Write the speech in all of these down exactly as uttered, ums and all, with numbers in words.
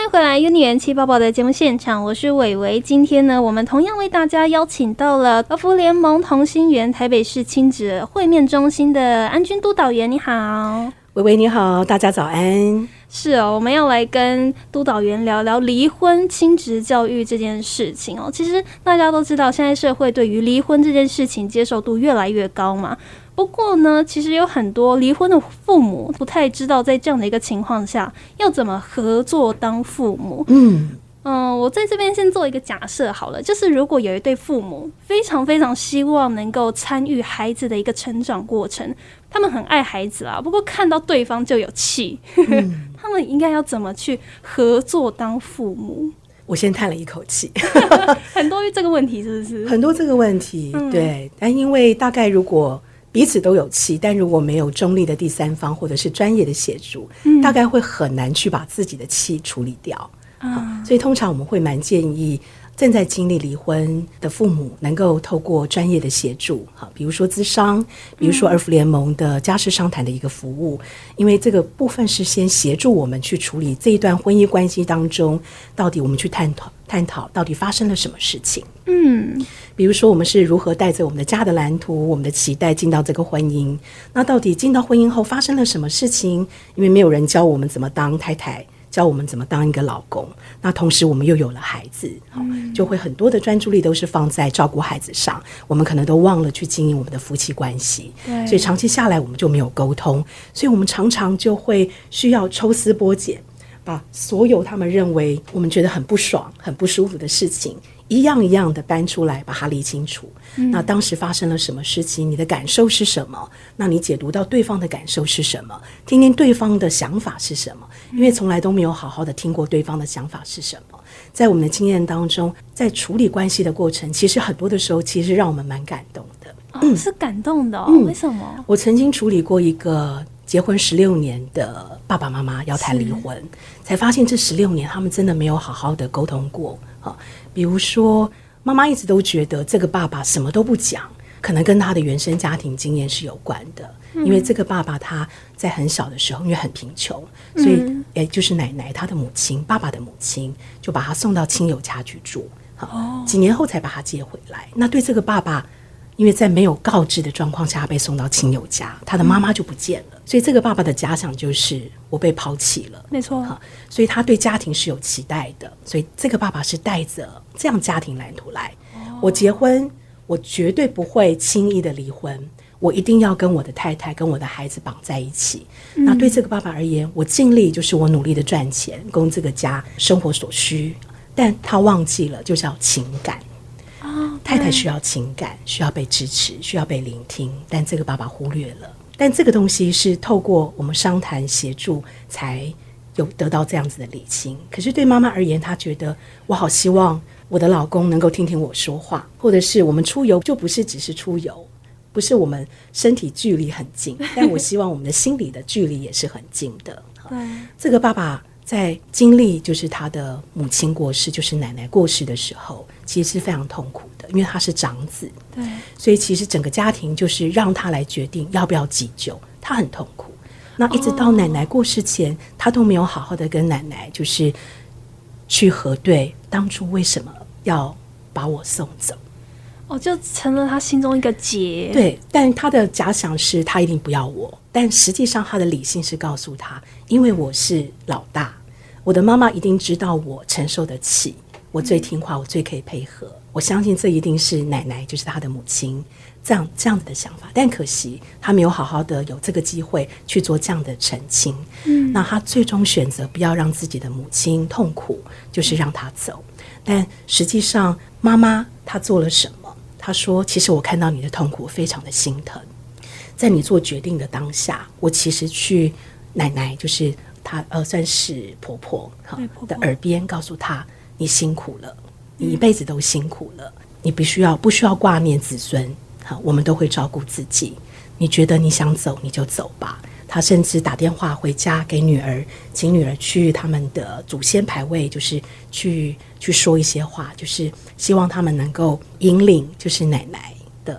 回来 Uni 元气爆爆的节目现场，我是伟伟。今天呢，我们同样为大家邀请到了儿福联盟同心圆台北市亲子会面中心的安君督导员，你好。 伟伟你好，大家早安。 是哦，我们要来跟督导员聊聊离婚亲职教育这件事情哦。其实大家都知道，现在社会对于离婚这件事情接受度越来越高嘛。不过呢，其实有很多离婚的父母不太知道，在这样的一个情况下，要怎么合作当父母。嗯嗯，我在这边先做一个假设好了，就是如果有一对父母非常非常希望能够参与孩子的一个成长过程，他们很爱孩子啦，不过看到对方就有气，嗯、他们应该要怎么去合作当父母？ 我先叹了一口气， 很多这个问题是不是？ 很多这个问题，嗯、对，但因为大概如果彼此都有气，但如果没有中立的第三方或者是专业的协助，嗯、大概会很难去把自己的气处理掉。啊、所以通常我们会蛮建议正在经历离婚的父母能够透过专业的协助，比如说諮商，比如说儿福联盟的家事商谈的一个服务，因为这个部分是先协助我们去处理这一段婚姻关系当中到底我们去探讨探讨到底发生了什么事情。嗯，比如说我们是如何带着我们的家的蓝图，我们的期待进到这个婚姻，那到底进到婚姻后发生了什么事情，因为没有人教我们怎么当太太，教我们怎么当一个老公，那同时我们又有了孩子，嗯、就会很多的专注力都是放在照顾孩子上，我们可能都忘了去经营我们的夫妻关系，所以长期下来我们就没有沟通，所以我们常常就会需要抽丝剥茧，把所有他们认为我们觉得很不爽很不舒服的事情一样一样的搬出来，把它理清楚、嗯、那当时发生了什么事情，你的感受是什么，那你解读到对方的感受是什么，听听对方的想法是什么，因为从来都没有好好的听过对方的想法是什么。在我们的经验当中，在处理关系的过程，其实很多的时候其实让我们蛮感动的。 哦、嗯，是感动的哦、嗯、为什么？ 我曾经处理过一个结婚十六年的爸爸妈妈要谈离婚，才发现这十六年他们真的没有好好的沟通过。比如说妈妈一直都觉得这个爸爸什么都不讲，可能跟他的原生家庭经验是有关的、嗯、因为这个爸爸他在很小的时候因为很贫穷，所以也就是奶奶他的母亲，爸爸的母亲就把他送到亲友家去住、哦、几年后才把他接回来。那对这个爸爸，因为在没有告知的状况下被送到亲友家，他的妈妈就不见了、嗯、所以这个爸爸的假想就是我被抛弃了， 没错、啊、 所以他对家庭是有期待的，所以这个爸爸是带着这样家庭蓝图来、哦、我结婚我绝对不会轻易的离婚，我一定要跟我的太太跟我的孩子绑在一起、嗯、那对这个爸爸而言，我尽力就是我努力的赚钱供这个家生活所需，但他忘记了就是要情感、哦、太太需要情感，需要被支持，需要被聆听，但这个爸爸忽略了。但这个东西是透过我们商谈协助才有得到这样子的理清。可是对妈妈而言，她觉得我好希望我的老公能够听听我说话，或者是我们出游就不是只是出游，不是我们身体距离很近，但我希望我们的心理的距离也是很近的。对，这个爸爸在经历就是他的母亲过世，就是奶奶过世的时候，其实是非常痛苦的，因为他是长子，对，所以其实整个家庭就是让他来决定要不要急救，他很痛苦。那一直到奶奶过世前、哦、他都没有好好的跟奶奶就是去核对当初为什么要把我送走。 哦，就成了他心中一个结。 对，但他的假想是他一定不要我，但实际上他的理性是告诉他，因为我是老大，我的妈妈一定知道我承受得起，我最听话，我最可以配合，我相信这一定是奶奶就是他的母亲这样这样子的想法。但可惜他没有好好的有这个机会去做这样的澄清、嗯、那他最终选择不要让自己的母亲痛苦，就是让他走。但实际上妈妈她做了什么？她说其实我看到你的痛苦非常的心疼，在你做决定的当下，我其实去奶奶就是她呃算是婆婆的耳边告诉她，你辛苦了，你一辈子都辛苦了、嗯、你必须要不需要挂念子孙，我们都会照顾自己，你觉得你想走你就走吧。他甚至打电话回家给女儿，请女儿去他们的祖先牌位，就是去去说一些话，就是希望他们能够引领就是奶奶的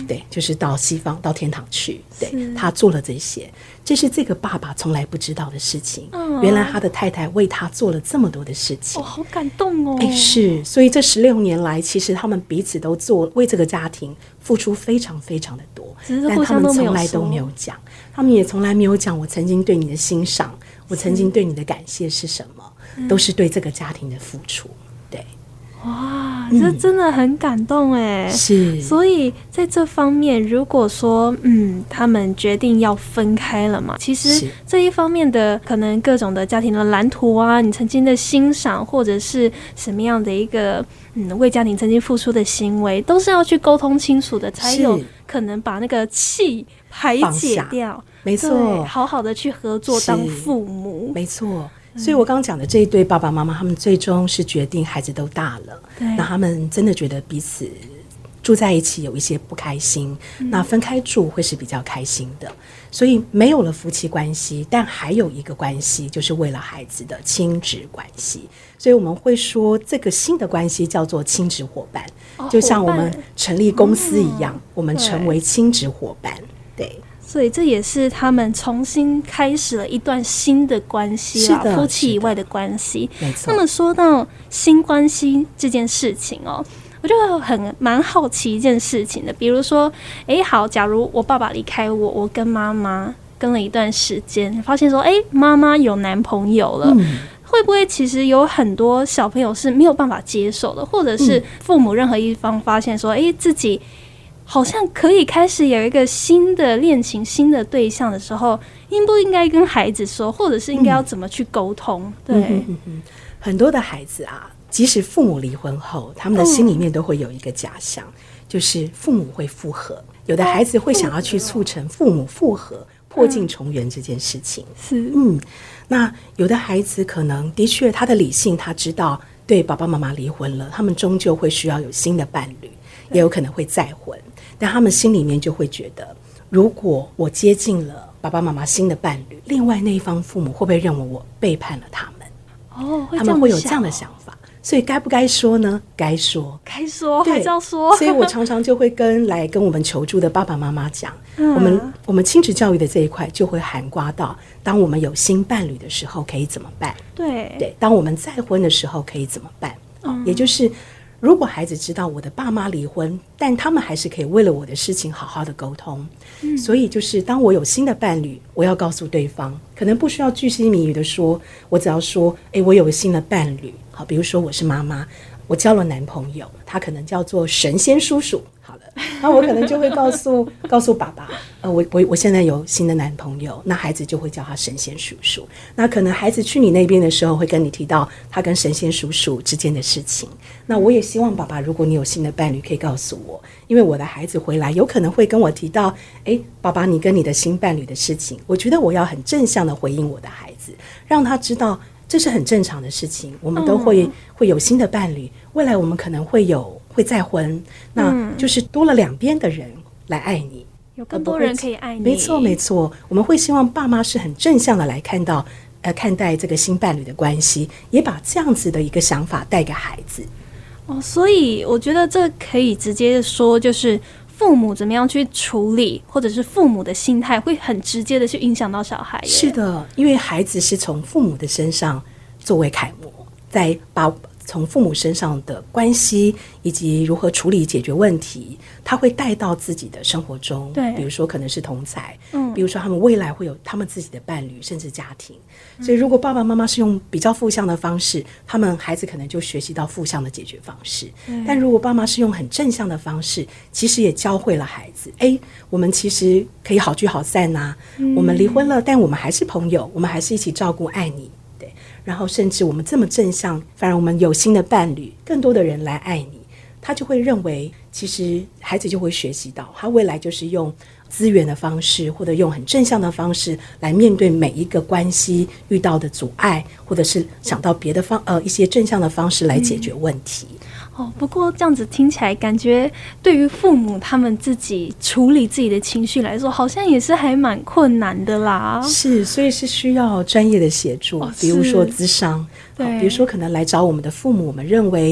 嗯，对，就是到西方到天堂去，对，他做了这些，这是这个爸爸从来不知道的事情、嗯、原来他的太太为他做了这么多的事情， 哦，好感动哦。 哎，是，所以这十六年来其实他们彼此都做为这个家庭付出非常非常的多， 只是互相都没有说，但他们从来都没有讲，他们也从来没有讲我曾经对你的欣赏，我曾经对你的感谢是什么、嗯、都是对这个家庭的付出。对， 哇，这真的很感动哎、嗯！ 是， 所以在这方面，如果说嗯，他们决定要分开了嘛，其实这一方面的可能各种的家庭的蓝图啊，你曾经的欣赏，或者是什么样的一个嗯为家庭曾经付出的行为，都是要去沟通清楚的，才有可能把那个气排解掉。 没错， 好好的去合作当父母， 没错。所以我刚刚讲的这一对爸爸妈妈，他们最终是决定孩子都大了，那他们真的觉得彼此住在一起有一些不开心、嗯、那分开住会是比较开心的，所以没有了夫妻关系，但还有一个关系就是为了孩子的亲子关系，所以我们会说这个新的关系叫做亲子伙伴、哦、就像我们成立公司一样、嗯、我们成为亲子伙伴。 对， 对， 所以这也是他们重新开始了一段新的关系啦，夫妻以外的关系。 没错。 那么说到新关系这件事情哦，我就很蛮好奇一件事情的，比如说，哎，好，假如我爸爸离开我，我跟妈妈跟了一段时间，发现说，哎，妈妈有男朋友了。嗯，会不会其实有很多小朋友是没有办法接受的，或者是父母任何一方发现说，哎，自己好像可以开始有一个新的恋情、新的对象的时候，应不应该跟孩子说，或者是应该要怎么去沟通？嗯、对、嗯嗯嗯， 很多的孩子啊，即使父母离婚后，他们的心里面都会有一个假象，嗯、就是父母会复合。有的孩子会想要去促成父母复合、破镜重圆这件事情。 是， 嗯，那有的孩子可能的确他的理性他知道，对爸爸妈妈离婚了，他们终究会需要有新的伴侣，也有可能会再婚。但他们心里面就会觉得，如果我接近了爸爸妈妈新的伴侣，另外那一方父母会不会认为我背叛了他们？ 哦， 他们会有这样的想法。所以该不该说呢？该说， 该说，还是要说。 所以我常常就会跟来跟我们求助的爸爸妈妈讲，嗯、我们我们亲子教育的这一块就会涵盖到，当我们有新伴侣的时候可以怎么办？ 对对，当我们再婚的时候可以怎么办？嗯、也就是如果孩子知道我的爸妈离婚，但他们还是可以为了我的事情好好的沟通、嗯、所以就是当我有新的伴侣，我要告诉对方，可能不需要巨细靡遗的说，我只要说，诶，我有新的伴侣，好，比如说我是妈妈，我交了男朋友，他可能叫做神仙叔叔，好了，那我可能就会告诉告诉爸爸，呃，我我我现在有新的男朋友，那孩子就会叫他神仙叔叔。那可能孩子去你那边的时候，会跟你提到他跟神仙叔叔之间的事情。那我也希望爸爸，如果你有新的伴侣，可以告诉我，因为我的孩子回来有可能会跟我提到，诶，爸爸，你跟你的新伴侣的事情，我觉得我要很正向的回应我的孩子，让他知道这是很正常的事情，我们都会、嗯、会有新的伴侣，未来我们可能会有会再婚，那就是多了两边的人来爱你， 有更多人可以爱你。 没错没错，我们会希望爸妈是很正向的来看到呃看待这个新伴侣的关系，也把这样子的一个想法带给孩子。 哦，所以我觉得这可以直接说，就是父母怎么样去处理，或者是父母的心态会很直接的去影响到小孩。 是的，因为孩子是从父母的身上作为楷模，再把从父母身上的关系以及如何处理解决问题，他会带到自己的生活中。对，比如说可能是同侪，嗯，比如说他们未来会有他们自己的伴侣，甚至家庭。所以如果爸爸妈妈是用比较负向的方式，他们孩子可能就学习到负向的解决方式。但如果爸妈是用很正向的方式，其实也教会了孩子，哎，我们其实可以好聚好散啊、嗯、我们离婚了，但我们还是朋友，我们还是一起照顾爱你。对，然后甚至我们这么正向，反而我们有新的伴侣，更多的人来爱你，他就会认为其实孩子就会学习到，他未来就是用资源的方式，或者用很正向的方式来面对每一个关系遇到的阻碍，或者是想到别的方呃一些正向的方式来解决问题。嗯哦，不过这样子听起来，感觉对于父母他们自己处理自己的情绪来说，好像也是还蛮困难的啦。 是，所以是需要专业的协助，哦、比如说咨商，对，比如说可能来找我们的父母，我们认为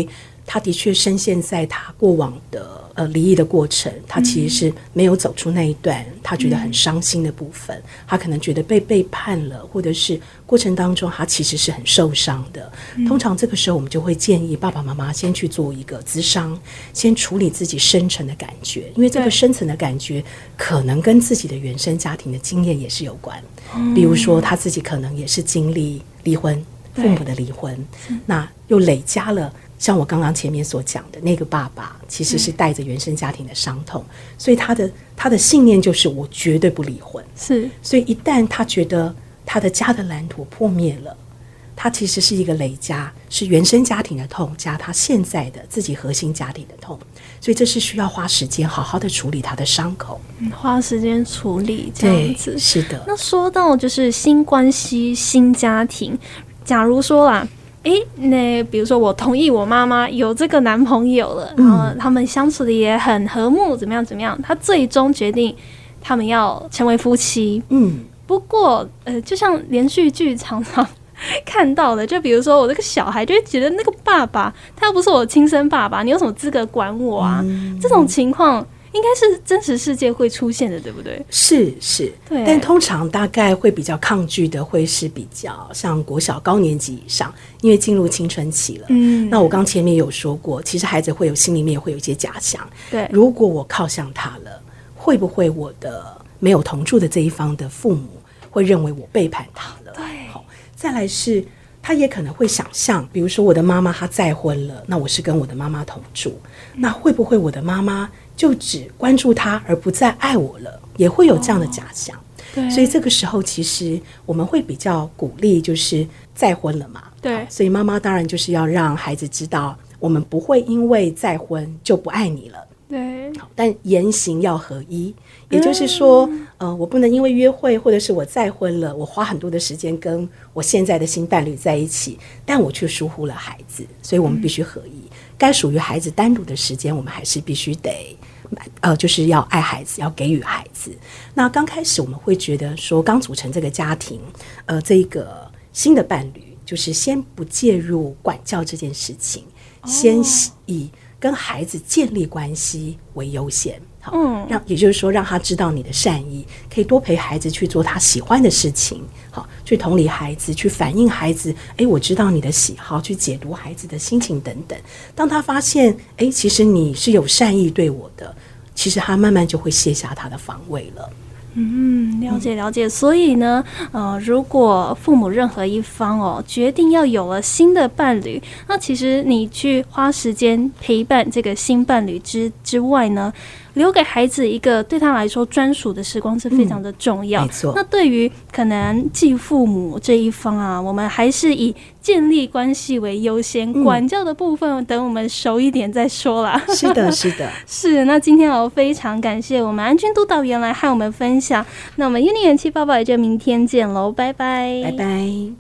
他的确深陷在他过往的呃离异的过程，他其实是没有走出那一段他觉得很伤心的部分，嗯、他可能觉得被背叛了，或者是过程当中他其实是很受伤的。嗯、通常这个时候我们就会建议爸爸妈妈先去做一个咨商，先处理自己深层的感觉，因为这个深层的感觉可能跟自己的原生家庭的经验也是有关。嗯、比如说他自己可能也是经历离婚，父母的离婚，那又累加了像我刚刚前面所讲的那个爸爸其实是带着原生家庭的伤痛，嗯、所以他的他的信念就是我绝对不离婚。 是， 所以一旦他觉得他的家的蓝图破灭了，他其实是一个累加，是原生家庭的痛加他现在的自己核心家庭的痛，所以这是需要花时间好好的处理他的伤口。 嗯、花时间处理这样子。 是的。 那说到就是新关系新家庭，假如说啦，诶，那比如说我同意我妈妈有这个男朋友了，然后他们相处的也很和睦，怎么样怎么样，他最终决定他们要成为夫妻。嗯，不过呃，就像连续剧常常看到的，就比如说我这个小孩就会觉得那个爸爸他又不是我亲生爸爸，你有什么资格管我啊？嗯、这种情况应该是真实世界会出现的，对不对？ 是是，对。但通常大概会比较抗拒的会是比较像国小高年级以上，因为进入青春期了。嗯，那我刚前面有说过，其实孩子会有心里面会有一些假想。 对， 如果我靠向他了，会不会我的没有同住的这一方的父母会认为我背叛他了？ 对。 好，再来是他也可能会想象，比如说我的妈妈她再婚了，那我是跟我的妈妈同住，那会不会我的妈妈就只关注他而不再爱我了，也会有这样的假想。哦、对，所以这个时候其实我们会比较鼓励就是再婚了嘛， 对， 所以妈妈当然就是要让孩子知道我们不会因为再婚就不爱你了， 对， 但言行要合一，也就是说、嗯、呃，我不能因为约会或者是我再婚了，我花很多的时间跟我现在的新伴侣在一起，但我却疏忽了孩子，所以我们必须合一、嗯、该属于孩子单独的时间我们还是必须得呃，就是要爱孩子，要给予孩子。那刚开始我们会觉得说刚组成这个家庭呃，这个新的伴侣就是先不介入管教这件事情、哦、先以跟孩子建立关系为优先。好，嗯，让也就是说让他知道你的善意，可以多陪孩子去做他喜欢的事情，好，去同理孩子，去反映孩子，诶，我知道你的喜好，去解读孩子的心情等等。当他发现，诶，其实你是有善意对我的，其实他慢慢就会卸下他的防卫了。 嗯，了解了解。所以呢，呃，如果父母任何一方哦决定要有了新的伴侣，那其实你去花时间陪伴这个新伴侣之之外呢，留给孩子一个对他来说专属的时光是非常的重要。 嗯、没错。 那对于可能继父母这一方啊，我们还是以建立关系为优先，嗯、管教的部分等我们熟一点再说啦。 是的，是的， 是。那今天我非常感谢我们安君督导员来和我们分享。那我们 Uni 元气爆爆也就明天见喽，拜拜， 拜拜。